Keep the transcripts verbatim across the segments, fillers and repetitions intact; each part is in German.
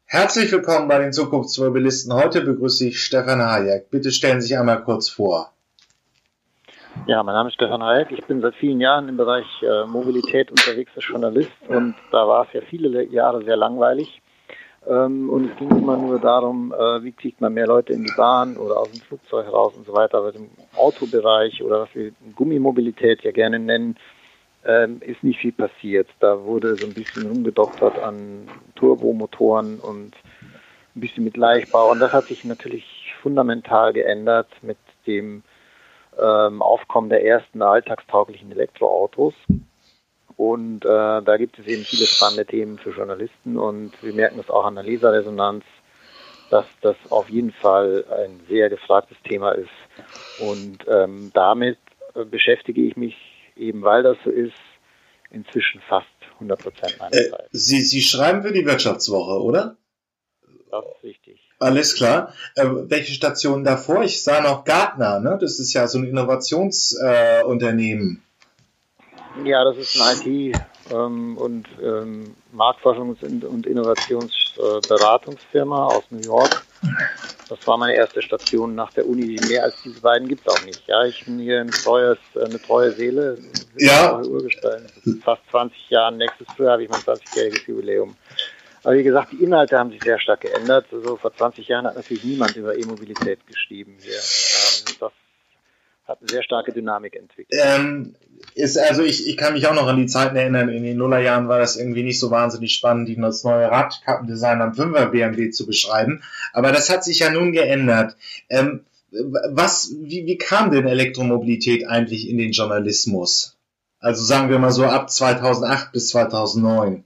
Herzlich willkommen bei den Zukunftsmobilisten. Heute begrüße ich Stefan Hayek. Bitte stellen Sie sich einmal kurz vor. Ja, mein Name ist Stefan Hayek. Ich bin seit vielen Jahren im Bereich äh, Mobilität unterwegs als Journalist und da war es ja viele Jahre sehr langweilig. Ähm, und es ging immer nur darum, äh, wie kriegt man mehr Leute in die Bahn oder aus dem Flugzeug raus und so weiter. Aber im Autobereich oder was wir Gummimobilität ja gerne nennen, ähm, ist nicht viel passiert. Da wurde so ein bisschen rumgedoktert an Turbomotoren und ein bisschen mit Leichtbau. Und das hat sich natürlich fundamental geändert mit dem ähm, Aufkommen der ersten alltagstauglichen Elektroautos. Und äh, da gibt es eben viele spannende Themen für Journalisten und wir merken das auch an der Leserresonanz, dass das auf jeden Fall ein sehr gefragtes Thema ist. Und ähm, damit äh, beschäftige ich mich eben, weil das so ist, inzwischen fast hundert Prozent meiner Äh, Zeit. Sie, Sie schreiben für die Wirtschaftswoche, oder? Das ist richtig. Alles klar. Äh, welche Stationen davor? Ich sah noch Gartner, ne? Das ist ja so ein Innovationsunternehmen. Äh, ja, das ist ein I T- ähm, und ähm, Marktforschungs- und Innovationsberatungsfirma äh, aus New York. Das war meine erste Station nach der Uni. Mehr als diese beiden gibt es auch nicht. Ja, ich bin hier ein treues, eine treue Seele. Ja. Urgestein. Fast zwanzig Jahre. Nächstes Frühjahr habe ich mein zwanzigjähriges Jubiläum. Aber wie gesagt, die Inhalte haben sich sehr stark geändert. Also vor zwanzig Jahren hat natürlich niemand über E-Mobilität geschrieben hier. Ähm, das hat eine sehr starke Dynamik entwickelt. Ähm, ist also ich, ich kann mich auch noch an die Zeiten erinnern, in den Nullerjahren war das irgendwie nicht so wahnsinnig spannend, das neue Radkappendesign am fünfer B M W zu beschreiben. Aber das hat sich ja nun geändert. Ähm, was, wie, wie kam denn Elektromobilität eigentlich in den Journalismus? Also sagen wir mal so ab zweitausendacht bis zweitausendneun.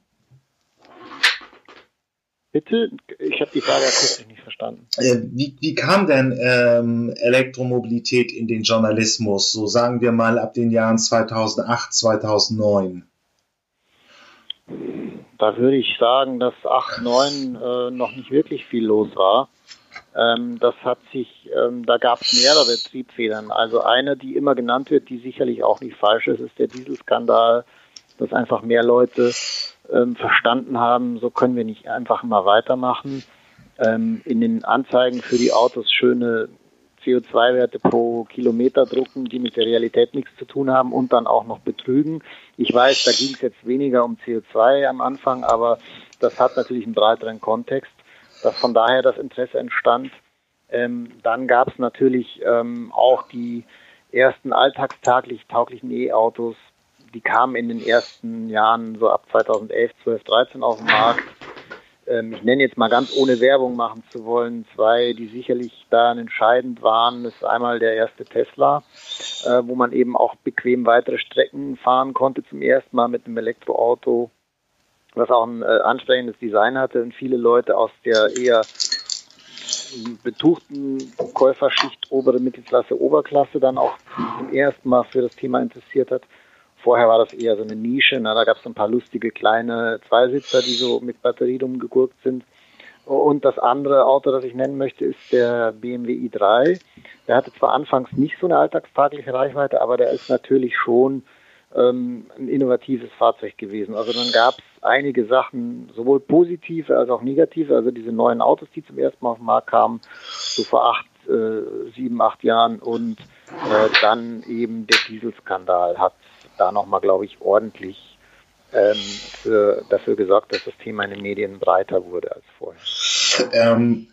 Bitte? Ich habe die Frage akustisch nicht verstanden. Äh, wie, wie kam denn ähm, Elektromobilität in den Journalismus? So sagen wir mal ab den Jahren zweitausendacht, zweitausendneun. Da würde ich sagen, dass acht, neun äh, noch nicht wirklich viel los war. Ähm, das hat sich, ähm, da gab es mehrere Triebfedern. Also eine, die immer genannt wird, die sicherlich auch nicht falsch ist, ist der Dieselskandal, dass einfach mehr Leute ähm, verstanden haben, so können wir nicht einfach immer weitermachen. Ähm, in den Anzeigen für die Autos schöne C O zwei Werte pro Kilometer drucken, die mit der Realität nichts zu tun haben und dann auch noch betrügen. Ich weiß, da ging es jetzt weniger um C O zwei am Anfang, aber das hat natürlich einen breiteren Kontext, dass von daher das Interesse entstand. Ähm, dann gab es natürlich ähm, auch die ersten alltagstaglich tauglichen E-Autos, die kamen in den ersten Jahren so ab zweitausendelf, zwölf, dreizehn auf den Markt. Ähm, ich nenne jetzt mal ganz ohne Werbung machen zu wollen, zwei, die sicherlich da entscheidend waren. Das ist einmal der erste Tesla, äh, wo man eben auch bequem weitere Strecken fahren konnte zum ersten Mal mit einem Elektroauto, was auch ein äh, ansprechendes Design hatte und viele Leute aus der eher betuchten Käuferschicht, obere Mittelklasse, Oberklasse dann auch zum ersten Mal für das Thema interessiert hat. Vorher war das eher so eine Nische, na, da gab es ein paar lustige kleine Zweisitzer, die so mit Batterie rumgegurkt sind. Und das andere Auto, das ich nennen möchte, ist der B M W i drei. Der hatte zwar anfangs nicht so eine alltagstagliche Reichweite, aber der ist natürlich schon ähm, ein innovatives Fahrzeug gewesen. Also dann gab es einige Sachen, sowohl positive als auch negative, also diese neuen Autos, die zum ersten Mal auf den Markt kamen, so vor acht, äh, sieben, acht Jahren und äh, dann eben der Dieselskandal hat da nochmal, glaube ich, ordentlich ähm, für, dafür gesorgt, dass das Thema in den Medien breiter wurde als vorher. Ähm,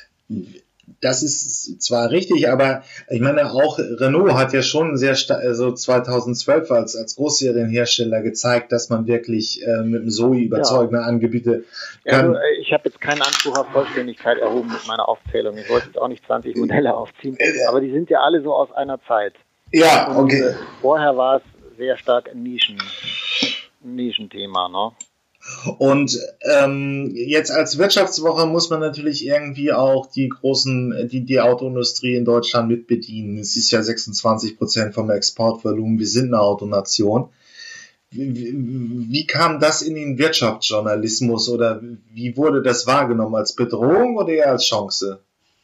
das ist zwar richtig, aber ich meine, auch Renault hat ja schon sehr stark, also zweitausendzwölf als, als Großserienhersteller gezeigt, dass man wirklich äh, mit dem Zoe überzeugende ja. Angebote kann. Ja, also, ich habe jetzt keinen Anspruch auf Vollständigkeit erhoben mit meiner Aufzählung. Ich wollte jetzt auch nicht zwanzig Modelle aufziehen, aber die sind ja alle so aus einer Zeit. Ja, Und, okay. Äh, vorher war es sehr stark ein Nischen, ein Nischenthema, ne? Und ähm, jetzt als Wirtschaftswoche muss man natürlich irgendwie auch die großen, die, die Autoindustrie in Deutschland mit bedienen. Es ist ja sechsundzwanzig Prozent vom Exportvolumen. Wir sind eine Autonation. Wie, wie, wie kam das in den Wirtschaftsjournalismus oder wie wurde das wahrgenommen? Als Bedrohung oder eher als Chance?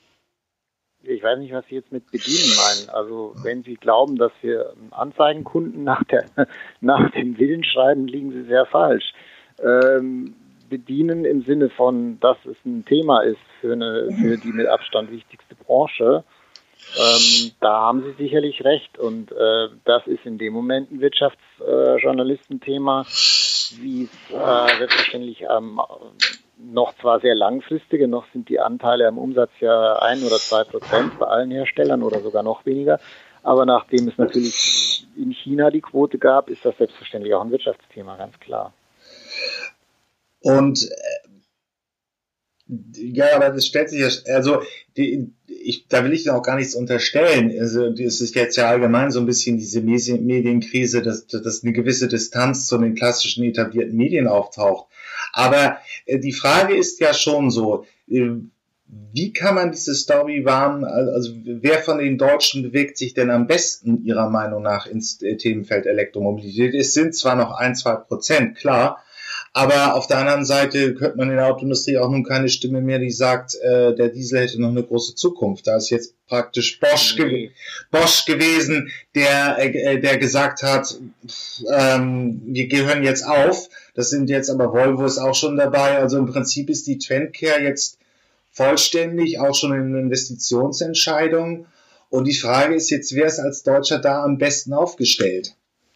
Ich weiß nicht, was Sie jetzt mit bedienen meinen. Also wenn Sie glauben, dass wir Anzeigenkunden nach, der, nach dem Willen schreiben, liegen Sie sehr falsch. Ähm, bedienen im Sinne von, dass es ein Thema ist für eine, für die mit Abstand wichtigste Branche. Ähm, da haben Sie sicherlich recht und äh, das ist in dem Moment ein Wirtschaftsjournalistenthema, äh, wie es äh, selbstverständlich ähm, noch zwar sehr langfristige, noch sind die Anteile am Umsatz ja ein oder zwei Prozent bei allen Herstellern oder sogar noch weniger, aber nachdem es natürlich in China die Quote gab, ist das selbstverständlich auch ein Wirtschaftsthema, ganz klar. Und ja, aber das stellt sich ja, also die, ich, da will ich auch gar nichts unterstellen. Also es ist jetzt ja allgemein so ein bisschen diese Medienkrise, dass, dass eine gewisse Distanz zu den klassischen etablierten Medien auftaucht. Aber äh, die Frage ist ja schon so, äh, wie kann man diese Story wahren? Also wer von den Deutschen bewegt sich denn am besten Ihrer Meinung nach ins äh, Themenfeld Elektromobilität? Es sind zwar noch ein, zwei Prozent, klar, aber auf der anderen Seite hört man in der Autoindustrie auch nun keine Stimme mehr, die sagt, äh, der Diesel hätte noch eine große Zukunft. Da ist jetzt praktisch Bosch, ge- Bosch gewesen, der, äh, der gesagt hat, ähm, wir gehören jetzt auf. Das sind jetzt aber Volvo ist auch schon dabei. Also im Prinzip ist die Trendcare jetzt vollständig, auch schon eine Investitionsentscheidung. Und die Frage ist jetzt, wer ist als Deutscher da am besten aufgestellt?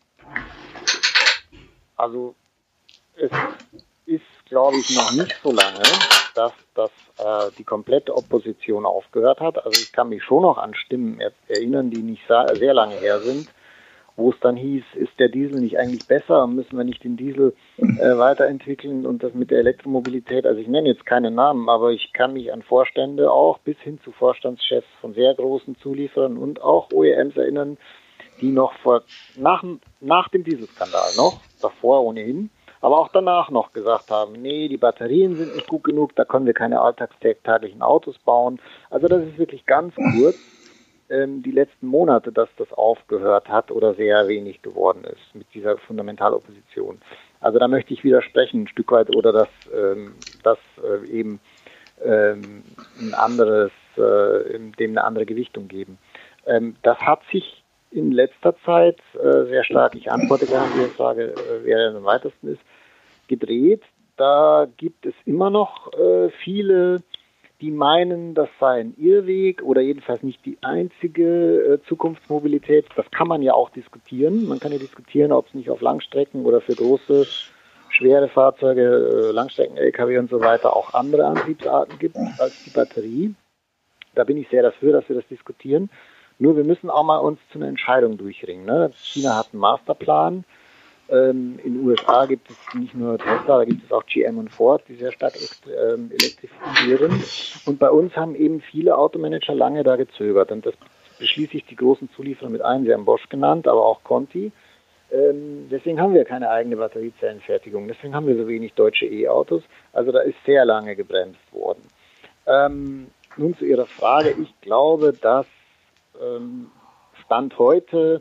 Also es ist, glaube ich, noch nicht so lange, dass, dass äh, die komplette Opposition aufgehört hat. Also ich kann mich schon noch an Stimmen er- erinnern, die nicht sa- sehr lange her sind, wo es dann hieß, ist der Diesel nicht eigentlich besser, müssen wir nicht den Diesel äh, weiterentwickeln und das mit der Elektromobilität. Also ich nenne jetzt keine Namen, aber ich kann mich an Vorstände auch bis hin zu Vorstandschefs von sehr großen Zulieferern und auch O E Ms erinnern, die noch vor, nach, nach dem Dieselskandal noch, davor ohnehin, aber auch danach noch gesagt haben, nee, die Batterien sind nicht gut genug, da können wir keine alltagstaglichen Autos bauen. Also das ist wirklich ganz kurz ähm, die letzten Monate, dass das aufgehört hat oder sehr wenig geworden ist mit dieser Fundamentalopposition. Also da möchte ich widersprechen ein Stück weit oder dass ähm, das äh, eben ähm, ein anderes, äh, dem eine andere Gewichtung geben. Ähm, das hat sich in letzter Zeit äh, sehr stark, ich antworte gerne die Frage, äh, wer am weitesten ist, gedreht. Da gibt es immer noch äh, viele, die meinen, das sei ein Irrweg oder jedenfalls nicht die einzige äh, Zukunftsmobilität. Das kann man ja auch diskutieren. Man kann ja diskutieren, ob es nicht auf Langstrecken oder für große, schwere Fahrzeuge, äh, Langstrecken-L K W und so weiter auch andere Antriebsarten gibt als die Batterie. Da bin ich sehr dafür, dass wir das diskutieren. Nur wir müssen auch mal uns zu einer Entscheidung durchringen. Ne? China hat einen Masterplan. Ähm, in den U S A gibt es nicht nur Tesla, da gibt es auch G M und Ford, die sehr stark ähm, elektrifizieren. Und bei uns haben eben viele Automanager lange da gezögert. Und das beschließe ich die großen Zulieferer mit ein. Sie haben Bosch genannt, aber auch Conti. Ähm, deswegen haben wir keine eigene Batteriezellenfertigung. Deswegen haben wir so wenig deutsche E-Autos. Also da ist sehr lange gebremst worden. Ähm, nun zu Ihrer Frage. Ich glaube, dass ähm, Stand heute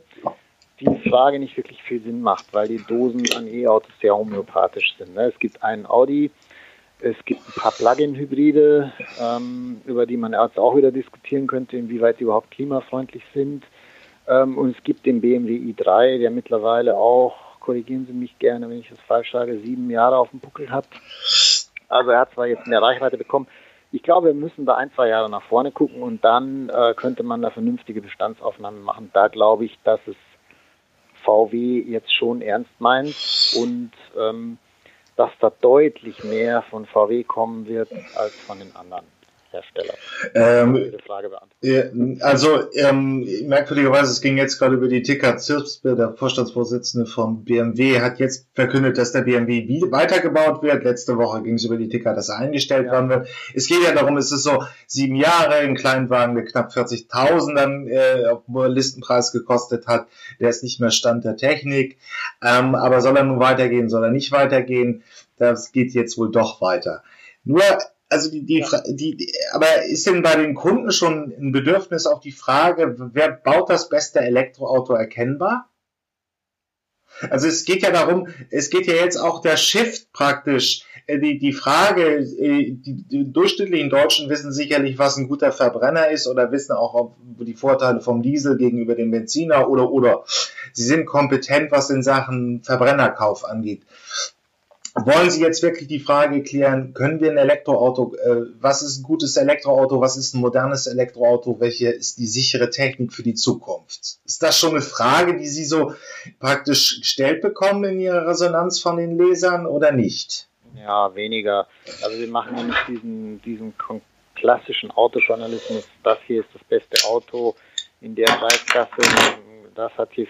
die Frage nicht wirklich viel Sinn macht, weil die Dosen an E-Autos sehr homöopathisch sind. Ne? Es gibt einen Audi, es gibt ein paar Plug-in-Hybride, ähm, über die man jetzt auch wieder diskutieren könnte, inwieweit sie überhaupt klimafreundlich sind. Ähm, und es gibt den B M W i drei, der mittlerweile auch, korrigieren Sie mich gerne, wenn ich das falsch sage, sieben Jahre auf dem Buckel hat. Also er hat zwar jetzt mehr Reichweite bekommen. Ich glaube, wir müssen da ein, zwei Jahre nach vorne gucken und dann äh, könnte man da vernünftige Bestandsaufnahmen machen. Da glaube ich, dass es V W jetzt schon ernst meint und ähm, dass da deutlich mehr von V W kommen wird als von den anderen Herstellern. Ähm, Ihre Frage beantworten. also ähm, merkwürdigerweise, es ging jetzt gerade über die Ticker Zirpspe, der Vorstandsvorsitzende von B M W, hat jetzt verkündet, dass der B M W wieder weitergebaut wird. Letzte Woche ging es über die Ticker, dass er eingestellt Ja. worden wird. Es geht ja darum, es ist so sieben Jahre, ein Kleinwagen mit knapp vierzigtausend dann äh, auf Listenpreis gekostet hat. Der ist nicht mehr Stand der Technik. Ähm, aber soll er nun weitergehen, soll er nicht weitergehen? Das geht jetzt wohl doch weiter. Nur Also die, die, ja. die, die, aber ist denn bei den Kunden schon ein Bedürfnis auf die Frage, wer baut das beste Elektroauto erkennbar? Also es geht ja darum, es geht ja jetzt auch der Shift praktisch, die, die Frage, die, die durchschnittlichen Deutschen wissen sicherlich, was ein guter Verbrenner ist oder wissen auch ob die Vorteile vom Diesel gegenüber dem Benziner oder, oder. Sie sind kompetent, was in Sachen Verbrennerkauf angeht. wollen Sie jetzt wirklich die Frage klären, können wir ein Elektroauto, äh, was ist ein gutes Elektroauto, was ist ein modernes Elektroauto, welche ist die sichere Technik für die Zukunft? Ist das schon eine Frage, die Sie so praktisch gestellt bekommen in Ihrer Resonanz von den Lesern oder nicht? Ja, weniger. Also wir machen ja nicht diesen, diesen klassischen Autojournalismus, das hier ist das beste Auto in der Preisklasse, das hat hier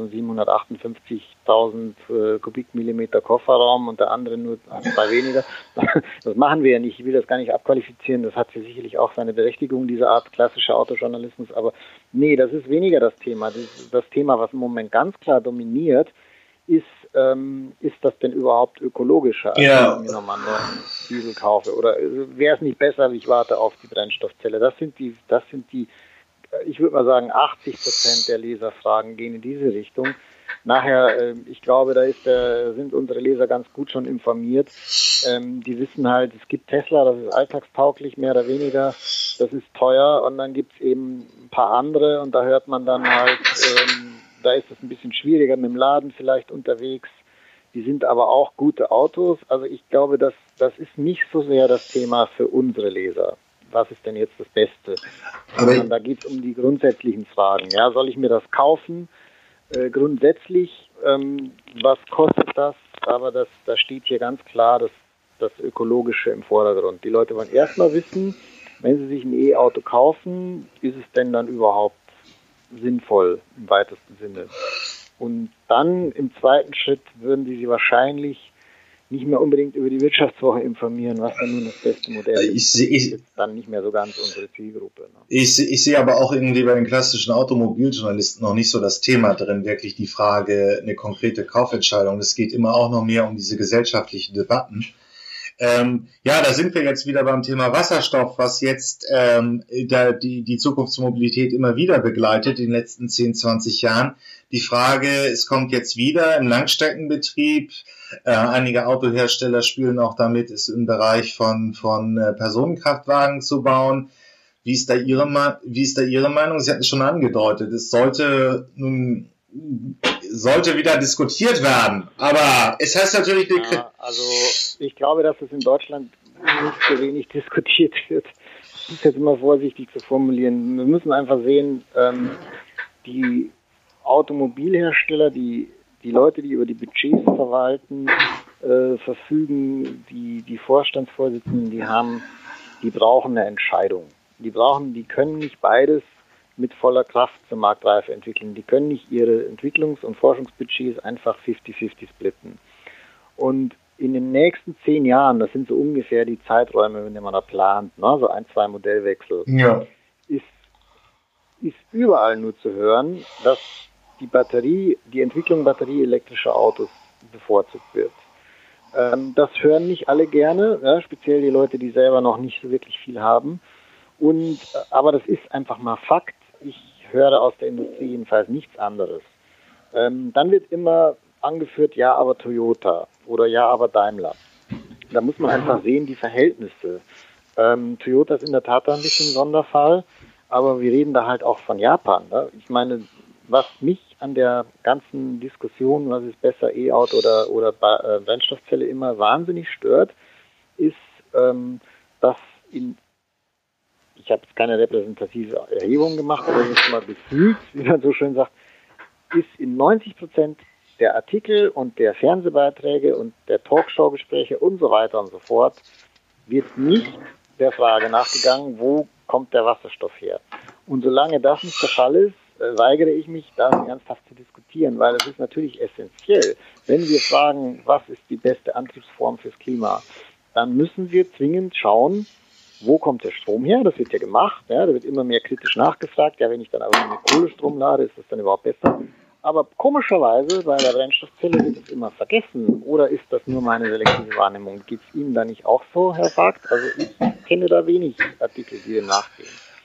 viertausendsiebenhundertachtundfünfzigtausend äh, Kubikmillimeter Kofferraum und der andere nur zwei weniger. Das machen wir ja nicht, ich will das gar nicht abqualifizieren, das hat hier sicherlich auch seine Berechtigung, diese Art klassischer Autojournalismus, aber nee, das ist weniger das Thema. Das, das Thema, was im Moment ganz klar dominiert, ist, ähm, ist das denn überhaupt ökologischer, als ja. wenn ich mir nochmal einen neuen Diesel kaufe? Oder äh, wäre es nicht besser, ich warte auf die Brennstoffzelle? Das sind die, das sind die, ich würde mal sagen, achtzig Prozent der Leserfragen gehen in diese Richtung. Nachher, äh, ich glaube, da ist der, sind unsere Leser ganz gut schon informiert. Ähm, die wissen halt, es gibt Tesla, das ist alltagstauglich, mehr oder weniger, das ist teuer und dann gibt es eben ein paar andere und da hört man dann halt, ähm, da ist es ein bisschen schwieriger mit dem Laden vielleicht unterwegs. Die sind aber auch gute Autos. Also ich glaube, das, das ist nicht so sehr das Thema für unsere Leser. Was ist denn jetzt das Beste? Aber da geht es um die grundsätzlichen Fragen. Ja, soll ich mir das kaufen? Äh, grundsätzlich, ähm, was kostet das? Aber das, da steht hier ganz klar das, das Ökologische im Vordergrund. Die Leute wollen erstmal wissen, wenn sie sich ein E-Auto kaufen, ist es denn dann überhaupt sinnvoll im weitesten Sinne. Und dann im zweiten Schritt würden die sie wahrscheinlich nicht mehr unbedingt über die Wirtschaftswoche informieren, was dann nun das beste Modell ist. Ich, ich, das ist dann nicht mehr so ganz unsere Zielgruppe. Ne? Ich, ich sehe aber auch irgendwie bei den klassischen Automobiljournalisten noch nicht so das Thema drin, wirklich die Frage, eine konkrete Kaufentscheidung. Es geht immer auch noch mehr um diese gesellschaftlichen Debatten. Ähm, ja, da sind wir jetzt wieder beim Thema Wasserstoff, was jetzt ähm, da die, die Zukunftsmobilität immer wieder begleitet in den letzten zehn, zwanzig Jahren. Die Frage, es kommt jetzt wieder im Langstreckenbetrieb. Äh, einige Autohersteller spielen auch damit, es im Bereich von, von äh, Personenkraftwagen zu bauen. Wie ist da Ihre, wie ist da Ihre Meinung? Sie hatten es schon angedeutet, es sollte nun sollte wieder diskutiert werden. Aber es heißt natürlich... Ja, also ich glaube, dass es in Deutschland nicht so wenig diskutiert wird. Ich muss jetzt immer vorsichtig zu formulieren. Wir müssen einfach sehen, ähm, die Automobilhersteller, die, die Leute, die über die Budgets verwalten, äh, verfügen, die, die Vorstandsvorsitzenden, die haben, die brauchen eine Entscheidung. Die brauchen, die können nicht beides mit voller Kraft zur Marktreife entwickeln. Die können nicht ihre Entwicklungs- und Forschungsbudgets einfach fünfzig fünfzig splitten. Und in den nächsten zehn Jahren, das sind so ungefähr die Zeiträume, wenn man da plant, ne, so ein, zwei Modellwechsel, ja. ist, ist überall nur zu hören, dass die Batterie, die Entwicklung batterieelektrischer Autos bevorzugt wird. Ähm, das hören nicht alle gerne, ja, speziell die Leute, die selber noch nicht so wirklich viel haben. Und, aber das ist einfach mal Fakt. Ich höre aus der Industrie jedenfalls nichts anderes. Ähm, dann wird immer angeführt, ja, aber Toyota oder ja, aber Daimler. Da muss man einfach sehen, die Verhältnisse. Ähm, Toyota ist in der Tat ein bisschen ein Sonderfall, aber wir reden da halt auch von Japan. Ne? Ich meine, was mich an der ganzen Diskussion, was ist besser, E-Auto oder, oder äh, Brennstoffzelle immer wahnsinnig stört, ist, ähm, dass in ich habe jetzt keine repräsentative Erhebung gemacht, aber jetzt mal gefühlt, wie man so schön sagt, ist in neunzig Prozent der Artikel und der Fernsehbeiträge und der Talkshow-Gespräche und so weiter und so fort, wird nicht der Frage nachgegangen, wo kommt der Wasserstoff her. Und solange das nicht der Fall ist, weigere ich mich, das ernsthaft zu diskutieren, weil es ist natürlich essentiell. Wenn wir fragen, was ist die beste Antriebsform fürs Klima, dann müssen wir zwingend schauen, wo kommt der Strom her? Das wird ja gemacht. Ja, da wird immer mehr kritisch nachgefragt. Ja, wenn ich dann aber mit Kohlestrom lade, ist das dann überhaupt besser? Aber komischerweise bei der Brennstoffzelle wird es immer vergessen. Oder ist das nur meine selektive Wahrnehmung? Geht es Ihnen da nicht auch so, Herr Vogt? Also ich kenne da wenig Artikel, die dem nachgehen.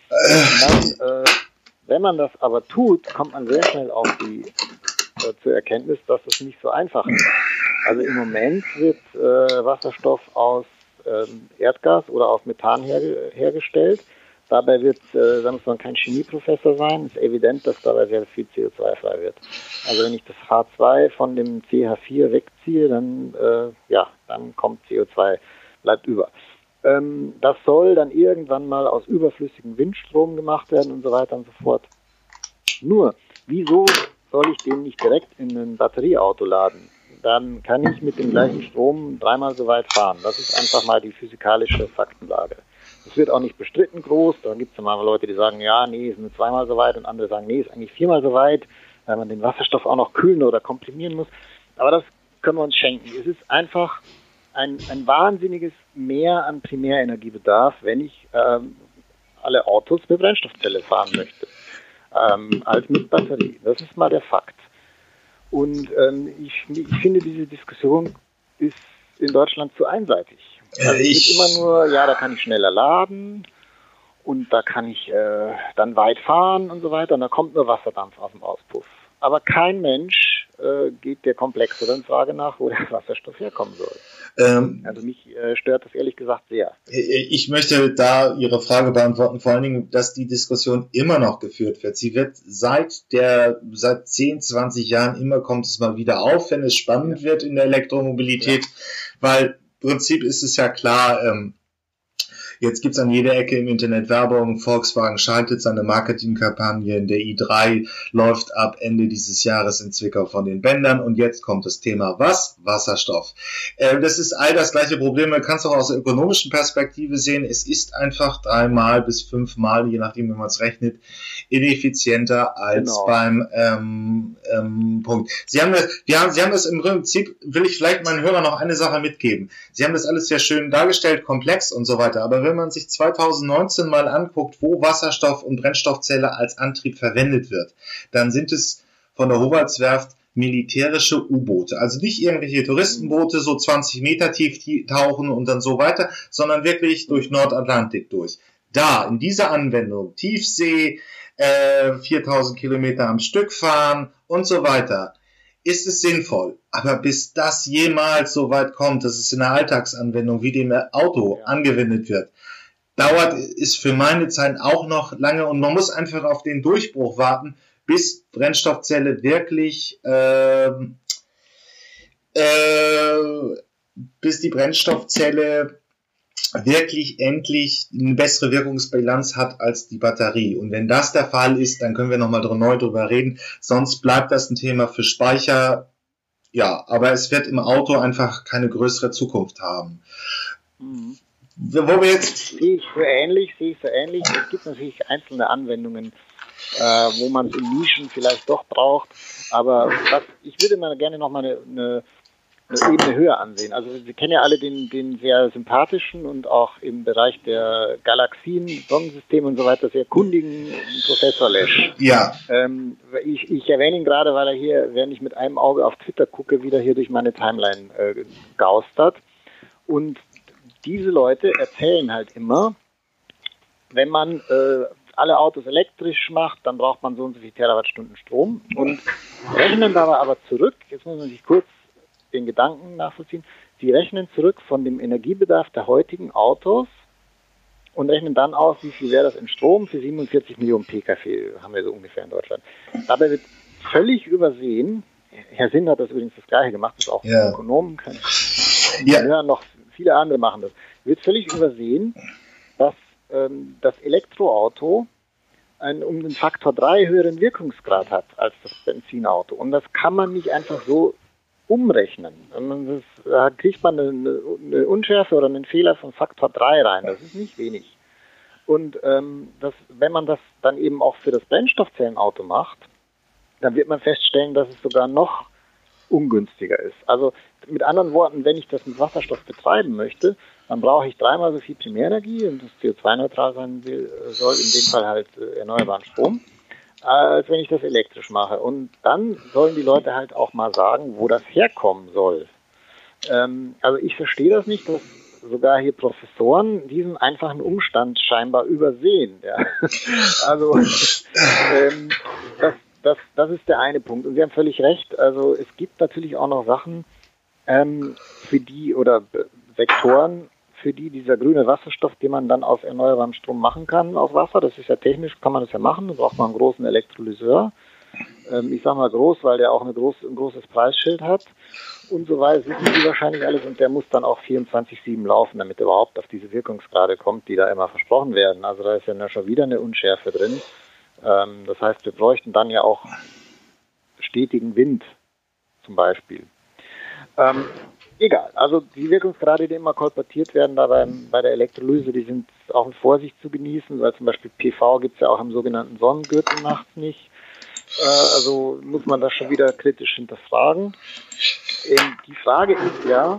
Und dann, äh, wenn man das aber tut, kommt man sehr schnell auf die äh, zur Erkenntnis, dass es nicht so einfach ist. Also im Moment wird äh, Wasserstoff aus Erdgas oder aus Methan herge- hergestellt. Dabei wird, äh, da muss man kein Chemieprofessor sein, ist evident, dass dabei sehr viel C O zwei frei wird. Also wenn ich das H zwei von dem C H vier wegziehe, dann, äh, ja, dann kommt C O zwei, bleibt über. Ähm, das soll dann irgendwann mal aus überflüssigem Windstrom gemacht werden und so weiter und so fort. Nur, wieso soll ich den nicht direkt in ein Batterieauto laden? Dann kann ich mit dem gleichen Strom dreimal so weit fahren. Das ist einfach mal die physikalische Faktenlage. Das wird auch nicht bestritten groß. Da gibt es mal Leute, die sagen, ja, nee, ist nur zweimal so weit. Und andere sagen, nee, ist eigentlich viermal so weit, weil man den Wasserstoff auch noch kühlen oder komprimieren muss. Aber das können wir uns schenken. Es ist einfach ein, ein wahnsinniges Mehr an Primärenergiebedarf, wenn ich ähm, alle Autos mit Brennstoffzelle fahren möchte, ähm, als mit Batterie. Das ist mal der Fakt. Und ähm, ich, ich finde, diese Diskussion ist in Deutschland zu einseitig. Also es wird immer nur, ja, da kann ich schneller laden und da kann ich äh, dann weit fahren und so weiter und da kommt nur Wasserdampf aus dem Auspuff. Aber kein Mensch äh, geht der komplexeren Frage nach, wo der Wasserstoff herkommen soll. Ähm, also mich äh, stört das ehrlich gesagt sehr. Ich möchte da Ihre Frage beantworten, vor allen Dingen, dass die Diskussion immer noch geführt wird. Sie wird seit der seit zehn, zwanzig Jahren immer, kommt es mal wieder auf, wenn es spannend ja. wird in der Elektromobilität, ja. weil im Prinzip ist es ja klar, ähm, jetzt gibt's an jeder Ecke im Internet Werbung, Volkswagen schaltet seine Marketingkampagne, der i drei läuft ab Ende dieses Jahres in Zwickau von den Bändern und jetzt kommt das Thema was? Wasserstoff. Äh, das ist all das gleiche Problem, man kann es auch aus der ökonomischen Perspektive sehen, es ist einfach dreimal bis fünfmal, je nachdem wie man es rechnet, ineffizienter als genau. beim ähm, ähm, Punkt. Sie haben das, wir haben, Sie haben das im Prinzip, will ich vielleicht meinen Hörern noch eine Sache mitgeben. Sie haben das alles sehr schön dargestellt, komplex und so weiter, aber wenn man sich zwanzig neunzehn mal anguckt, wo Wasserstoff und Brennstoffzelle als Antrieb verwendet wird, dann sind es von der Howaldswerft militärische U-Boote. Also nicht irgendwelche Touristenboote, so zwanzig Meter tief tauchen und dann so weiter, sondern wirklich durch Nordatlantik durch. Da, in dieser Anwendung, Tiefsee, äh, viertausend Kilometer am Stück fahren und so weiter, ist es sinnvoll. Aber bis das jemals so weit kommt, dass es in einer Alltagsanwendung wie dem Auto ja. angewendet wird, dauert es für meine Zeit auch noch lange und man muss einfach auf den Durchbruch warten, bis Brennstoffzelle wirklich, äh, äh, bis die Brennstoffzelle wirklich endlich eine bessere Wirkungsbilanz hat als die Batterie. Und wenn das der Fall ist, dann können wir nochmal neu drüber reden. Sonst bleibt das ein Thema für Speicher. Ja, aber es wird im Auto einfach keine größere Zukunft haben. Mhm. Wo wir jetzt sehe ich so ähnlich, sehe ich so ähnlich. Es gibt natürlich einzelne Anwendungen, äh, wo man es in Nischen vielleicht doch braucht. Aber was, ich würde mal gerne noch mal eine, eine eine Ebene höher ansehen. Also Sie kennen ja alle den, den sehr sympathischen und auch im Bereich der Galaxien, Sonnensysteme und so weiter sehr kundigen Professor Lesch. Ja. Ähm, ich, ich erwähne ihn gerade, weil er hier, während ich mit einem Auge auf Twitter gucke, wieder hier durch meine Timeline äh, gaustert. Und diese Leute erzählen halt immer, wenn man äh, alle Autos elektrisch macht, dann braucht man so und so viel Terawattstunden Strom und rechnen dabei aber zurück, jetzt muss man sich kurz den Gedanken nachvollziehen. Sie rechnen zurück von dem Energiebedarf der heutigen Autos und rechnen dann aus, wie viel wäre das in Strom für siebenundvierzig Millionen Pkw, haben wir so ungefähr in Deutschland. Dabei wird völlig übersehen, Herr Sinn hat das übrigens das Gleiche gemacht, das ist auch ja. Ökonomen, können ja. ja noch viele andere machen das, wird völlig übersehen, dass ähm, das Elektroauto einen um den Faktor drei höheren Wirkungsgrad hat als das Benzinauto. Und das kann man nicht einfach so umrechnen. Das, da kriegt man eine, eine Unschärfe oder einen Fehler von Faktor drei rein. Das ist nicht wenig. Und ähm, das, wenn man das dann eben auch für das Brennstoffzellenauto macht, dann wird man feststellen, dass es sogar noch ungünstiger ist. Also mit anderen Worten, wenn ich das mit Wasserstoff betreiben möchte, dann brauche ich dreimal so viel Primärenergie und das C O zwei neutral sein will, soll, in dem Fall halt äh, erneuerbaren Strom, als wenn ich das elektrisch mache. Und dann sollen die Leute halt auch mal sagen, wo das herkommen soll. Ähm, also ich verstehe das nicht, dass sogar hier Professoren diesen einfachen Umstand scheinbar übersehen. Ja. Also ähm, das, das, das ist der eine Punkt. Und Sie haben völlig recht, also es gibt natürlich auch noch Sachen, ähm, für die oder Sektoren, für die dieser grüne Wasserstoff, den man dann aus erneuerbarem Strom machen kann, aus Wasser. Das ist ja technisch, kann man das ja machen. Da braucht man einen großen Elektrolyseur. Ähm, ich sage mal groß, weil der auch eine groß, ein großes Preisschild hat. Und so weiter, wissen Sie wahrscheinlich alles. Und der muss dann auch vierundzwanzig sieben laufen, damit er überhaupt auf diese Wirkungsgrade kommt, die da immer versprochen werden. Also da ist ja schon wieder eine Unschärfe drin. Ähm, das heißt, wir bräuchten dann ja auch stetigen Wind zum Beispiel. Ähm, egal, also die Wirkungsgrade, die immer kolportiert werden da beim, bei der Elektrolyse, die sind auch mit Vorsicht zu genießen, weil zum Beispiel P V gibt es ja auch im sogenannten Sonnengürtel nachts nicht. Äh, also muss man das schon wieder kritisch hinterfragen. Ähm, die Frage ist ja,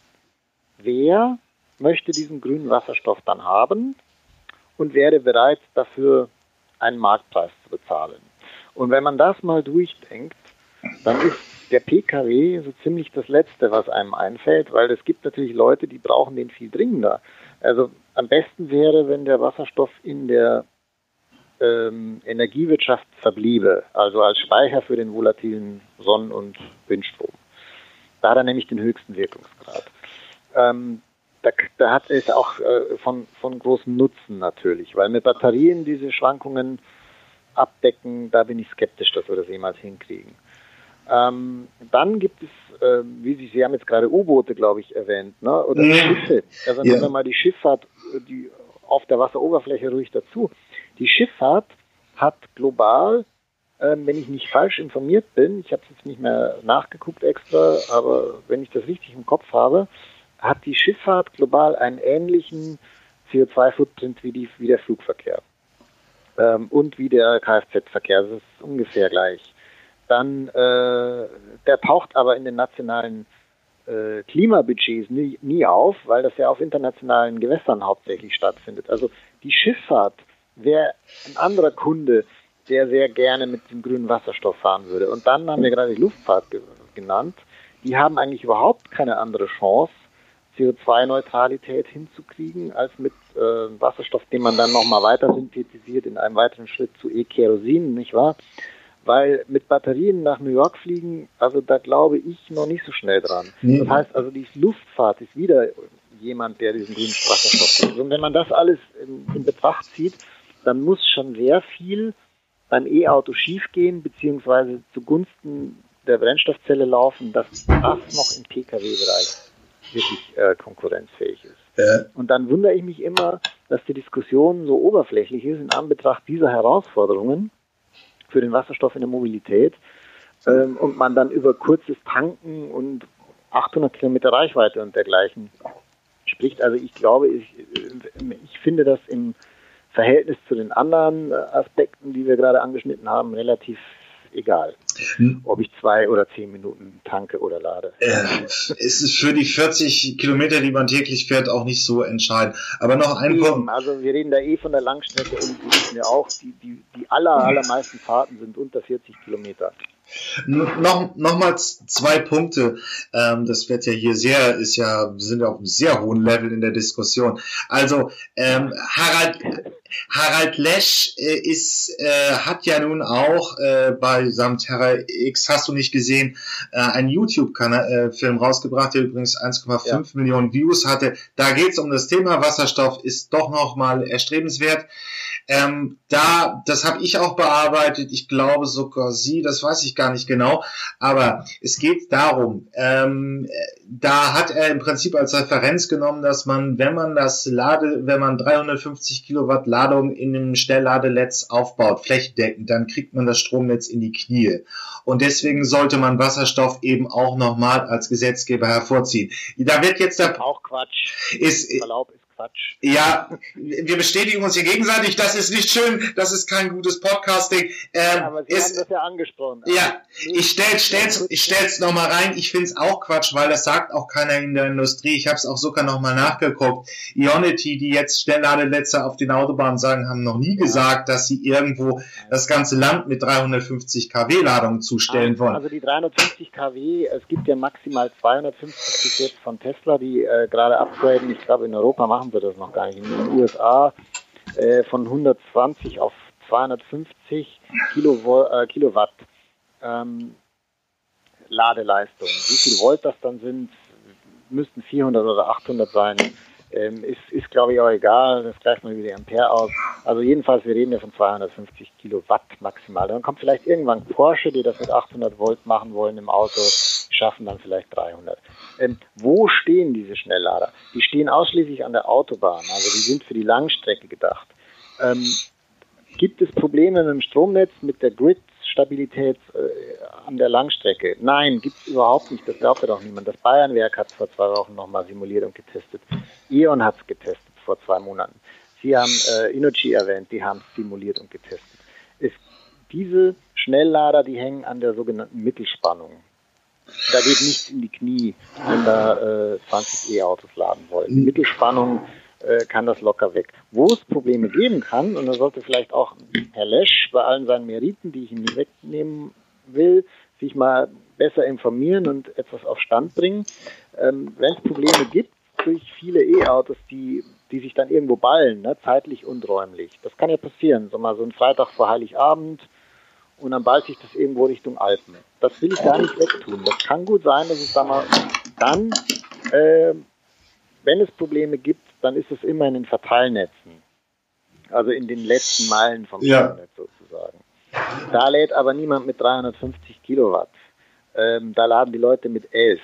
wer möchte diesen grünen Wasserstoff dann haben und wäre bereit dafür einen Marktpreis zu bezahlen? Und wenn man das mal durchdenkt, dann ist der P K W so ziemlich das Letzte, was einem einfällt, weil es gibt natürlich Leute, die brauchen den viel dringender. Also am besten wäre, wenn der Wasserstoff in der ähm, Energiewirtschaft verbliebe, also als Speicher für den volatilen Sonnen- und Windstrom. Da hat er nämlich den höchsten Wirkungsgrad. Ähm, da, da hat es auch äh, von, von großem Nutzen natürlich, weil mit Batterien diese Schwankungen abdecken, da bin ich skeptisch, dass wir das jemals hinkriegen. Ähm, dann gibt es, äh, wie Sie, Sie haben jetzt gerade U-Boote, glaube ich, erwähnt, ne? Oder Mhm. Schiffe. Also Ja. nehmen wir mal die Schifffahrt die auf der Wasseroberfläche ruhig dazu. Die Schifffahrt hat global, äh, wenn ich nicht falsch informiert bin, ich habe es jetzt nicht mehr nachgeguckt extra, aber wenn ich das richtig im Kopf habe, hat die Schifffahrt global einen ähnlichen C O zwei Footprint wie, die, wie der Flugverkehr ähm, und wie der Kfz-Verkehr. Das ist ungefähr gleich. Dann, äh, der taucht aber in den nationalen äh, Klimabudgets nie, nie auf, weil das ja auf internationalen Gewässern hauptsächlich stattfindet. Also die Schifffahrt wäre ein anderer Kunde, der sehr gerne mit dem grünen Wasserstoff fahren würde. Und dann haben wir gerade die Luftfahrt ge- genannt. Die haben eigentlich überhaupt keine andere Chance, C O zwei Neutralität hinzukriegen, als mit äh, Wasserstoff, den man dann nochmal weiter synthetisiert in einem weiteren Schritt zu E-Kerosin, nicht wahr? Weil mit Batterien nach New York fliegen, also da glaube ich noch nicht so schnell dran. Nee. Das heißt also, die Luftfahrt ist wieder jemand, der diesen grünen Wasserstoff hat. Und wenn man das alles in, in Betracht zieht, dann muss schon sehr viel beim E-Auto schiefgehen, beziehungsweise zugunsten der Brennstoffzelle laufen, dass das noch im P K W-Bereich wirklich äh, konkurrenzfähig ist. Ja. Und dann wundere ich mich immer, dass die Diskussion so oberflächlich ist in Anbetracht dieser Herausforderungen für den Wasserstoff in der Mobilität ähm, und man dann über kurzes Tanken und achthundert Kilometer Reichweite und dergleichen spricht. Also ich glaube, ich, ich finde das im Verhältnis zu den anderen Aspekten, die wir gerade angeschnitten haben, relativ egal, ob ich zwei oder zehn Minuten tanke oder lade. Äh, es ist für die vierzig Kilometer, die man täglich fährt, auch nicht so entscheidend. Aber noch ein Punkt. Also wir reden da eh von der Langstrecke und Sie wissen ja auch, die, die, die aller, allermeisten Fahrten sind unter vierzig Kilometer. Noch, nochmals zwei Punkte. Ähm, das wird ja hier sehr, ist ja, wir sind ja auf einem sehr hohen Level in der Diskussion. Also, ähm, Harald, Harald Lesch äh, ist, äh, hat ja nun auch äh, bei seinem Terra X, hast du nicht gesehen, äh, einen YouTube-Film rausgebracht, der übrigens eins Komma fünf ja. Millionen Views hatte. Da geht es um das Thema Wasserstoff, ist doch nochmal erstrebenswert. Ähm, da, das habe ich auch bearbeitet, ich glaube sogar Sie, das weiß ich gar nicht genau, aber es geht darum, ähm, da hat er im Prinzip als Referenz genommen, dass man, wenn man das Lade, wenn man dreihundertfünfzig Kilowatt Ladung in einem Schnellladenetz aufbaut, flächendeckend, dann kriegt man das Stromnetz in die Knie. Und deswegen sollte man Wasserstoff eben auch nochmal als Gesetzgeber hervorziehen. Da wird jetzt der... Auch Quatsch. Ist, Verlaub ist Quatsch. Ja, wir bestätigen uns hier gegenseitig, das ist nicht schön, das ist kein gutes Podcasting. Ähm, ja, aber Sie ist, haben das ja angesprochen. Ja, ich stell, stell's, ich stell's nochmal rein, ich find's auch Quatsch, weil das sagt auch keiner in der Industrie. Ich habe es auch sogar nochmal nachgeguckt. Ionity, die jetzt Schnellladenetze auf den Autobahnen sagen, haben noch nie gesagt, dass sie irgendwo das ganze Land mit dreihundertfünfzig Kilowatt Ladungen zustellen wollen. Also die dreihundertfünfzig Kilowatt, es gibt ja maximal zweihundertfünfzig bis jetzt von Tesla, die äh, gerade upgraden. Ich glaube, in Europa machen wir das noch gar nicht. In den U S A äh, von hundertzwanzig auf zweihundertfünfzig Kilowatt, äh, Kilowatt ähm, Ladeleistung. Wie viel Volt das dann sind, müssten vierhundert oder achthundert sein. Ähm, ist, ist glaube ich, auch egal, das gleicht mal wieder Ampere aus. Also jedenfalls, wir reden ja von zweihundertfünfzig Kilowatt maximal. Dann kommt vielleicht irgendwann Porsche, die das mit achthundert Volt machen wollen im Auto, schaffen dann vielleicht dreihundert. Ähm, wo stehen diese Schnelllader? Die stehen ausschließlich an der Autobahn, also die sind für die Langstrecke gedacht. Ähm, gibt es Probleme mit dem Stromnetz, mit der Grid-Stabilität äh, an der Langstrecke? Nein, gibt es überhaupt nicht, das glaubt ja doch niemand. Das Bayernwerk hat es vor zwei Wochen nochmal simuliert und getestet. E.ON hat es getestet vor zwei Monaten. Sie haben äh, Innogy erwähnt, die haben es simuliert und getestet. Es, diese Schnelllader, die hängen an der sogenannten Mittelspannung. Da geht nichts in die Knie, wenn da äh, zwanzig E-Autos laden wollen. Die Mittelspannung äh, kann das locker weg. Wo es Probleme geben kann, und da sollte vielleicht auch Herr Lesch bei allen seinen Meriten, die ich ihm nicht wegnehmen will, sich mal besser informieren und etwas auf Stand bringen. Ähm, wenn es Probleme gibt durch viele E-Autos, die, die sich dann irgendwo ballen, ne, zeitlich und räumlich. Das kann ja passieren. So mal so ein Freitag vor Heiligabend, und dann ballt sich das irgendwo Richtung Alpen. Das will ich gar nicht wegtun. Das kann gut sein, dass es da mal dann, äh, wenn es Probleme gibt, dann ist es immer in den Verteilnetzen. Also in den letzten Meilen vom ja. Stromnetz sozusagen. Da lädt aber niemand mit dreihundertfünfzig Kilowatt. Ähm, da laden die Leute mit elf.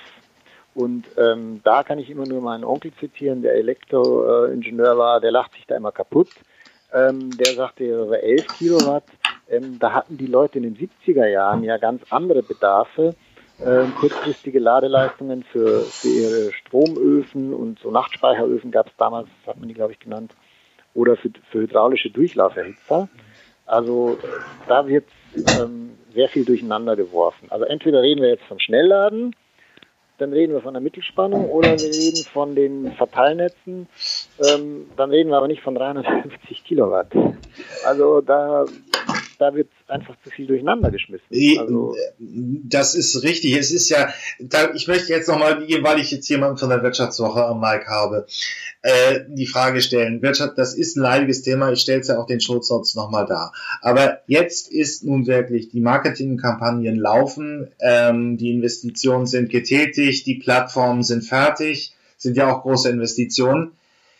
Und ähm, da kann ich immer nur meinen Onkel zitieren, der Elektroingenieur war, der lacht sich da immer kaputt. Ähm, der sagte, elf Kilowatt, ähm, da hatten die Leute in den siebziger Jahren ja ganz andere Bedarfe, ähm, kurzfristige Ladeleistungen für, für ihre Stromöfen und so Nachtspeicheröfen gab es damals, hat man die, glaube ich, genannt, oder für, für hydraulische Durchlauferhitzer. Also da wird ähm, sehr viel durcheinander geworfen. Also entweder reden wir jetzt vom Schnellladen, dann reden wir von der Mittelspannung, oder wir reden von den Verteilnetzen, ähm, dann reden wir aber nicht von dreihundertfünfzig Kilowatt. Also da, da wird einfach zu viel durcheinander geschmissen. Also, das ist richtig. Es ist ja, da, ich möchte jetzt nochmal, weil ich jetzt jemanden von der Wirtschaftswoche am Mic habe, äh, die Frage stellen. Wirtschaft, das ist ein leidiges Thema. Ich stelle es ja auf den Shownotes nochmal dar. Aber jetzt ist nun wirklich, die Marketingkampagnen laufen, ähm, die Investitionen sind getätigt, die Plattformen sind fertig, sind ja auch große Investitionen.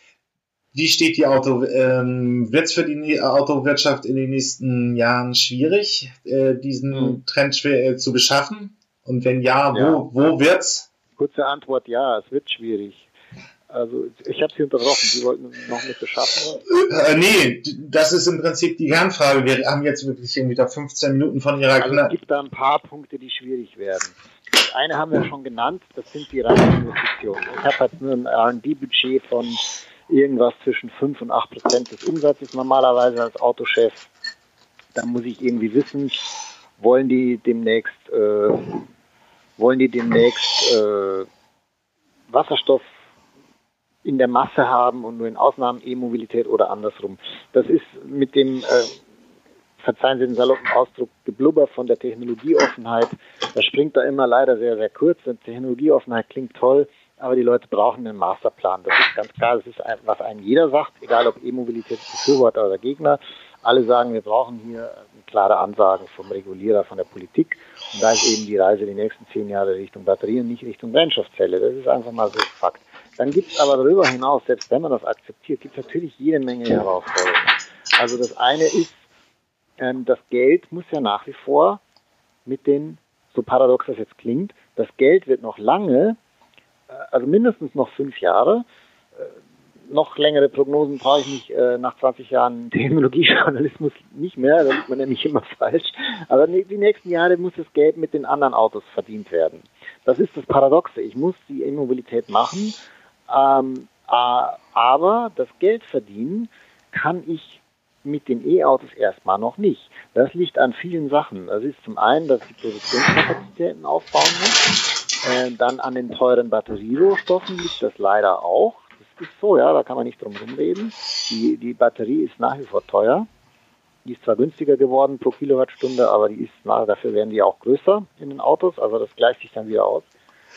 Wie steht die Auto, ähm, wird es für die Autowirtschaft in den nächsten Jahren schwierig, äh, diesen mhm. Trend schwer, äh, zu beschaffen? Und wenn ja, ja, wo, wo wird's? Kurze Antwort, ja, es wird schwierig. Also ich habe Sie unterbrochen, Sie wollten noch nicht beschaffen? Äh, nee, das ist im Prinzip die Kernfrage. Wir haben jetzt wirklich irgendwie da fünfzehn Minuten von Ihrer Also es gibt da ein paar Punkte, die schwierig werden. Das eine haben wir schon genannt, das sind die reinen Investitionen. Ich habe halt nur ein R und D-Budget von irgendwas zwischen fünf und acht Prozent des Umsatzes normalerweise als Autochef. Da muss ich irgendwie wissen, wollen die demnächst, äh, wollen die demnächst äh, Wasserstoff in der Masse haben und nur in Ausnahmen E-Mobilität oder andersrum. Das ist mit dem, äh, verzeihen Sie den saloppen Ausdruck, Geblubber von der Technologieoffenheit. Das springt da immer leider sehr, sehr kurz. Und Technologieoffenheit klingt toll, aber die Leute brauchen einen Masterplan. Das ist ganz klar, das ist, ein, was einem jeder sagt, egal ob E-Mobilitätsbefürworter oder Gegner. Alle sagen, wir brauchen hier klare Ansagen vom Regulierer, von der Politik. Und da ist eben die Reise die nächsten zehn Jahre Richtung Batterie und nicht Richtung Brennstoffzelle. Das ist einfach mal so ein Fakt. Dann gibt es aber darüber hinaus, selbst wenn man das akzeptiert, gibt es natürlich jede Menge Herausforderungen. Also das eine ist, ähm, das Geld muss ja nach wie vor mit den, so paradox das jetzt klingt, das Geld wird noch lange, äh, also mindestens noch fünf Jahre, äh, noch längere Prognosen brauche ich nicht, äh, nach zwanzig Jahren Technologiejournalismus nicht mehr, da ist man nämlich immer falsch, aber die nächsten Jahre muss das Geld mit den anderen Autos verdient werden. Das ist das Paradoxe, ich muss die E-Mobilität machen, Ähm, äh, aber das Geld verdienen kann ich mit den E-Autos erstmal noch nicht. Das liegt an vielen Sachen. Das ist zum einen, dass die Produktionskapazitäten aufbauen muss, äh, dann an den teuren Batterierohstoffen liegt das leider auch. Das ist so, ja, da kann man nicht drum rumreden. Die, die Batterie ist nach wie vor teuer. Die ist zwar günstiger geworden pro Kilowattstunde, aber die ist, na, dafür werden die auch größer in den Autos, also das gleicht sich dann wieder aus.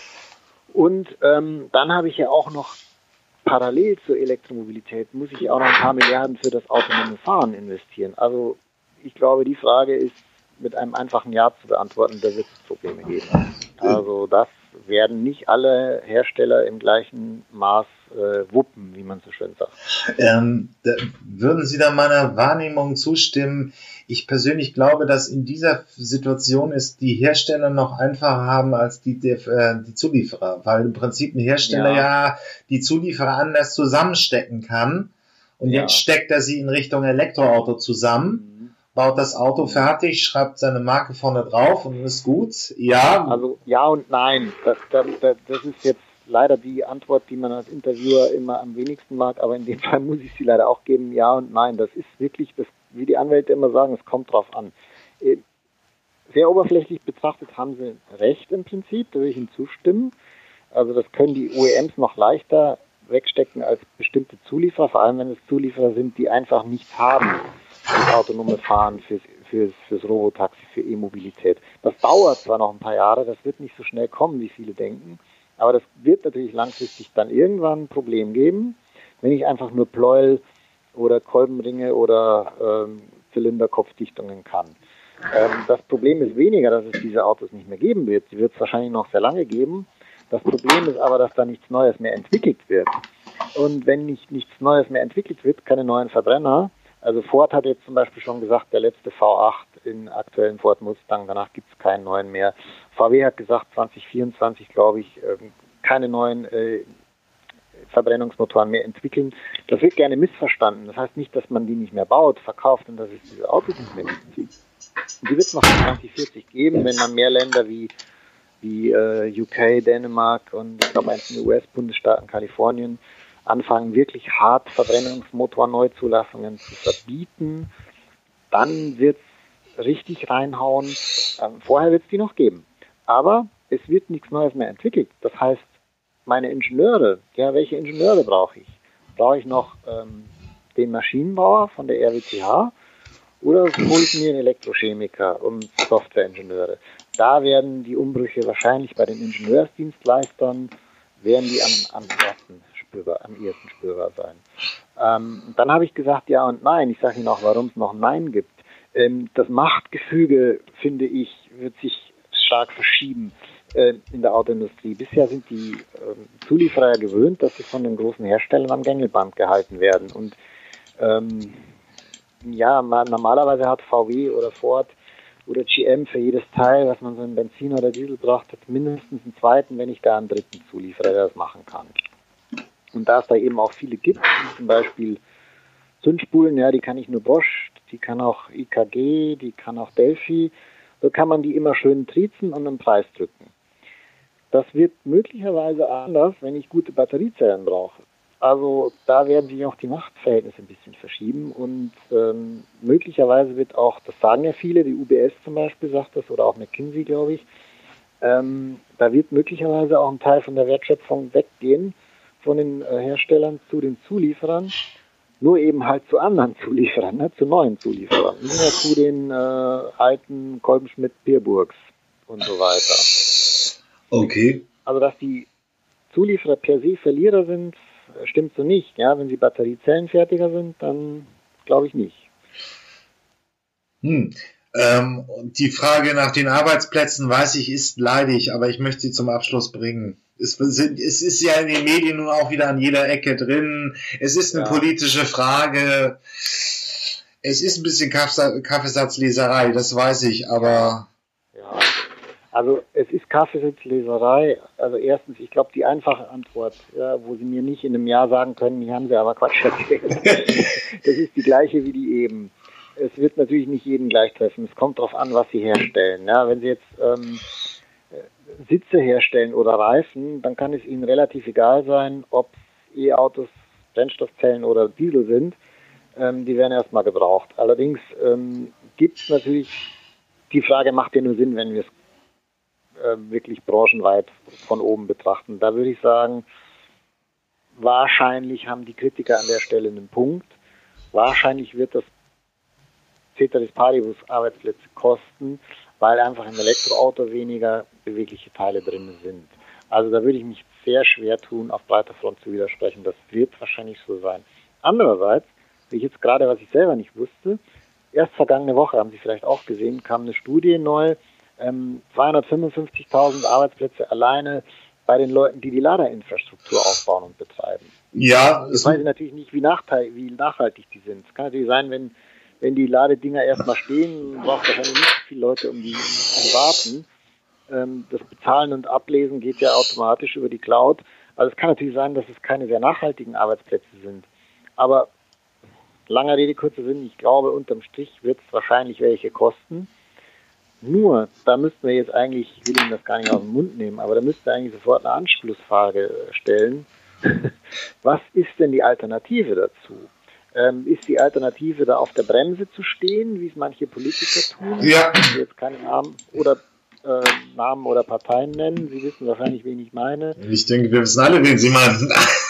Und ähm, dann habe ich ja auch noch parallel zur Elektromobilität, muss ich ja auch noch ein paar Milliarden für das autonome Fahren investieren. Also ich glaube, die Frage ist mit einem einfachen Ja zu beantworten, da wird es Probleme geben. Also das werden nicht alle Hersteller im gleichen Maß äh, wuppen, wie man so schön sagt. Ähm, da, würden Sie da meiner Wahrnehmung zustimmen? Ich persönlich glaube, dass in dieser Situation es die Hersteller noch einfacher haben als die, die, äh, die Zulieferer, weil im Prinzip ein Hersteller ja, ja die Zulieferer anders zusammenstecken kann und ja. Jetzt steckt er sie in Richtung Elektroauto zusammen. Mhm. Baut das Auto fertig, schreibt seine Marke vorne drauf und ist gut. Ja. Also ja und nein. Das, das, das ist jetzt leider die Antwort, die man als Interviewer immer am wenigsten mag, aber in dem Fall muss ich sie leider auch geben. Ja und nein. Das ist wirklich, das, wie die Anwälte immer sagen, es kommt drauf an. Sehr oberflächlich betrachtet haben sie recht im Prinzip, da will ich Ihnen zustimmen. Also das können die O E Ms noch leichter wegstecken als bestimmte Zulieferer, vor allem wenn es Zulieferer sind, die einfach nichts haben. Das autonome Fahren, fürs, fürs, fürs Robotaxi, für E-Mobilität. Das dauert zwar noch ein paar Jahre, das wird nicht so schnell kommen, wie viele denken, aber das wird natürlich langfristig dann irgendwann ein Problem geben, wenn ich einfach nur Pleuel oder Kolbenringe oder ähm, Zylinderkopfdichtungen kann. Ähm, das Problem ist weniger, dass es diese Autos nicht mehr geben wird. Sie wird es wahrscheinlich noch sehr lange geben. Das Problem ist aber, dass da nichts Neues mehr entwickelt wird. Und wenn nicht nichts Neues mehr entwickelt wird, keine neuen Verbrenner. Also Ford hat jetzt zum Beispiel schon gesagt, der letzte V acht in aktuellen Ford Mustang, danach gibt es keinen neuen mehr. V W hat gesagt, zwanzig vierundzwanzig, glaube ich, keine neuen äh, Verbrennungsmotoren mehr entwickeln. Das wird gerne missverstanden. Das heißt nicht, dass man die nicht mehr baut, verkauft und dass es diese Autos nicht mehr gibt. Die wird es noch in zwanzig vierzig geben, wenn dann mehr Länder wie, wie äh, U K, Dänemark und ich glaube einzelne U S-Bundesstaaten, Kalifornien, anfangen, wirklich hart Verbrennungsmotor-Neuzulassungen zu verbieten, dann wird es richtig reinhauen. Ähm, vorher wird es die noch geben. Aber es wird nichts Neues mehr entwickelt. Das heißt, meine Ingenieure, ja, welche Ingenieure brauche ich? Brauche ich noch ähm, den Maschinenbauer von der R W T H oder hole ich mir einen Elektrochemiker und Softwareingenieure? Da werden die Umbrüche wahrscheinlich bei den Ingenieursdienstleistern, werden die am, am ersten spürbar, am ehesten spürbar sein. Ähm, dann habe ich gesagt, ja und nein. Ich sage Ihnen auch, warum es noch Nein gibt. Ähm, das Machtgefüge, finde ich, wird sich stark verschieben äh, in der Autoindustrie. Bisher sind die äh, Zulieferer ja gewöhnt, dass sie von den großen Herstellern am Gängelband gehalten werden. Und ähm, ja, man, normalerweise hat V W oder Ford oder G M für jedes Teil, was man so in Benzin oder Diesel braucht, hat mindestens einen zweiten, wenn nicht gar einen dritten Zulieferer, der das machen kann. Und da es da eben auch viele gibt, wie zum Beispiel Zündspulen, ja, die kann nicht nur Bosch, die kann auch I K G, die kann auch Delphi, so kann man die immer schön triezen und einen Preis drücken. Das wird möglicherweise anders, wenn ich gute Batteriezellen brauche. Also da werden sich auch die Machtverhältnisse ein bisschen verschieben und ähm, möglicherweise wird auch, das sagen ja viele, die U B S zum Beispiel sagt das oder auch McKinsey, glaube ich, ähm, da wird möglicherweise auch ein Teil von der Wertschöpfung weggehen von den äh, Herstellern zu den Zulieferern, nur eben halt zu anderen Zulieferern, ne, zu neuen Zulieferern, nicht mehr zu den äh, alten Kolbenschmidt, Pierburgs und so weiter. Okay. Also dass die Zulieferer per se Verlierer sind, stimmt so nicht. Ja, wenn sie Batteriezellenfertiger sind, dann glaube ich nicht. Hm. Ähm, die Frage nach den Arbeitsplätzen, weiß ich, ist leidig, aber ich möchte sie zum Abschluss bringen. Es, es ist ja in den Medien nun auch wieder an jeder Ecke drin. Es ist eine ja. politische Frage. Es ist ein bisschen Kaffeesatzleserei, das weiß ich, aber... Ja. Also es ist Kaffeesatzleserei. Also erstens, ich glaube, die einfache Antwort, ja, wo Sie mir nicht in einem Jahr sagen können, hier haben Sie aber Quatsch erzählt. Das ist die gleiche wie die eben. Es wird natürlich nicht jeden gleich treffen. Es kommt darauf an, was Sie herstellen. Ja, wenn Sie jetzt ähm, Sitze herstellen oder Reifen, dann kann es Ihnen relativ egal sein, ob E-Autos, Brennstoffzellen oder Diesel sind. Ähm, die werden erstmal gebraucht. Allerdings ähm, gibt es natürlich die Frage, macht ja nur Sinn, wenn wir es äh, wirklich branchenweit von oben betrachten. Da würde ich sagen, wahrscheinlich haben die Kritiker an der Stelle einen Punkt. Wahrscheinlich wird das Ceteris Paribus Arbeitsplätze kosten, weil einfach im Elektroauto weniger bewegliche Teile drin sind. Also da würde ich mich sehr schwer tun, auf breiter Front zu widersprechen. Das wird wahrscheinlich so sein. Andererseits, wie ich jetzt gerade, was ich selber nicht wusste, erst vergangene Woche, haben Sie vielleicht auch gesehen, kam eine Studie neu, ähm, zweihundertfünfundfünfzigtausend Arbeitsplätze alleine bei den Leuten, die die Ladeinfrastruktur aufbauen und betreiben. Ja. Jetzt weiß ich natürlich nicht, wie, nachteil, wie nachhaltig die sind. Es kann natürlich sein, wenn, wenn die Ladedinger erstmal stehen, braucht wahrscheinlich nicht so viele Leute, um die zu warten. Ähm, das Bezahlen und Ablesen geht ja automatisch über die Cloud. Also es kann natürlich sein, dass es keine sehr nachhaltigen Arbeitsplätze sind. Aber langer Rede, kurzer Sinn, ich glaube, unterm Strich wird es wahrscheinlich welche kosten. Nur, da müssten wir jetzt eigentlich, ich will Ihnen das gar nicht aus dem Mund nehmen, aber da müsste eigentlich sofort eine Anschlussfrage stellen. Was ist denn die Alternative dazu? Ähm, ist die Alternative, da auf der Bremse zu stehen, wie es manche Politiker tun? Ja. Ich will jetzt keine Namen oder, äh, Namen oder Parteien nennen. Sie wissen wahrscheinlich, wen ich meine. Ich denke, wir wissen alle, wen Sie meinen.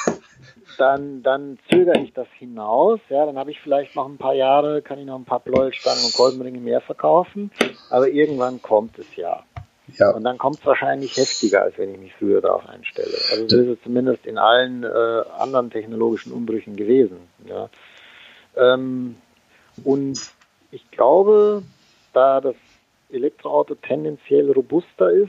Dann, dann zögere ich das hinaus, ja, dann habe ich vielleicht noch ein paar Jahre, kann ich noch ein paar Pleuelstangen und Kolbenringe mehr verkaufen, aber irgendwann kommt es ja. Ja. Und dann kommt es wahrscheinlich heftiger, als wenn ich mich früher darauf einstelle. Also so ist es zumindest in allen äh, anderen technologischen Umbrüchen gewesen. Ja. Ähm, und ich glaube, da das Elektroauto tendenziell robuster ist,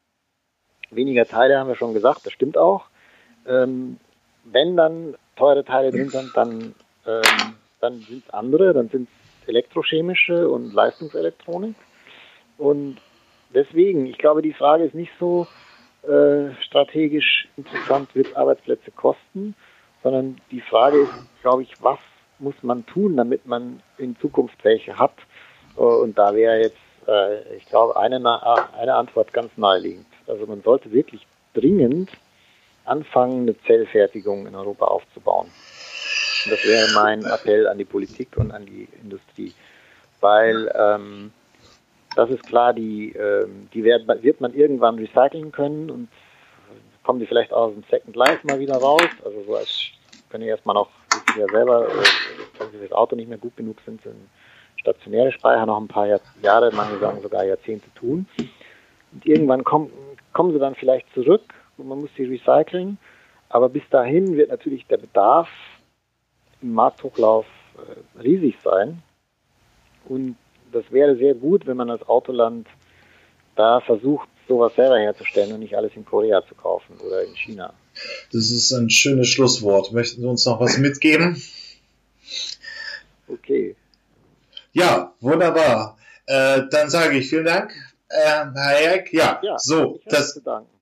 weniger Teile haben wir schon gesagt, das stimmt auch, ähm, wenn dann teure Teile drin sind, dann, ähm, dann sind es andere, dann sind es elektrochemische und Leistungselektronik. Und deswegen, ich glaube, die Frage ist nicht so äh, strategisch interessant, wird es Arbeitsplätze kosten, sondern die Frage ist, glaube ich, was muss man tun, damit man in Zukunft welche hat. Und da wäre jetzt, äh, ich glaube, eine, eine Antwort ganz naheliegend. Also man sollte wirklich dringend anfangen, eine Zellfertigung in Europa aufzubauen. Und das wäre mein Appell an die Politik und an die Industrie. Weil ähm, das ist klar, die, ähm, die wird, wird man irgendwann recyceln können und kommen die vielleicht aus dem Second Life mal wieder raus. Also so als können die erstmal noch, wissen ja selber, äh, wenn sie das Auto nicht mehr gut genug sind, sind stationäre Speicher noch ein paar Jahr, Jahre, manche sagen sogar Jahrzehnte tun. Und irgendwann kommen, kommen sie dann vielleicht zurück und man muss sie recyceln, aber bis dahin wird natürlich der Bedarf im Markthochlauf äh, riesig sein und das wäre sehr gut, wenn man als Autoland da versucht, sowas selber herzustellen und nicht alles in Korea zu kaufen oder in China. Das ist ein schönes Schlusswort. Möchten Sie uns noch was mitgeben? Okay. Ja, wunderbar. Äh, dann sage ich vielen Dank, äh, Herr Hayek. Ja, ja so, ich habe das, zu danken.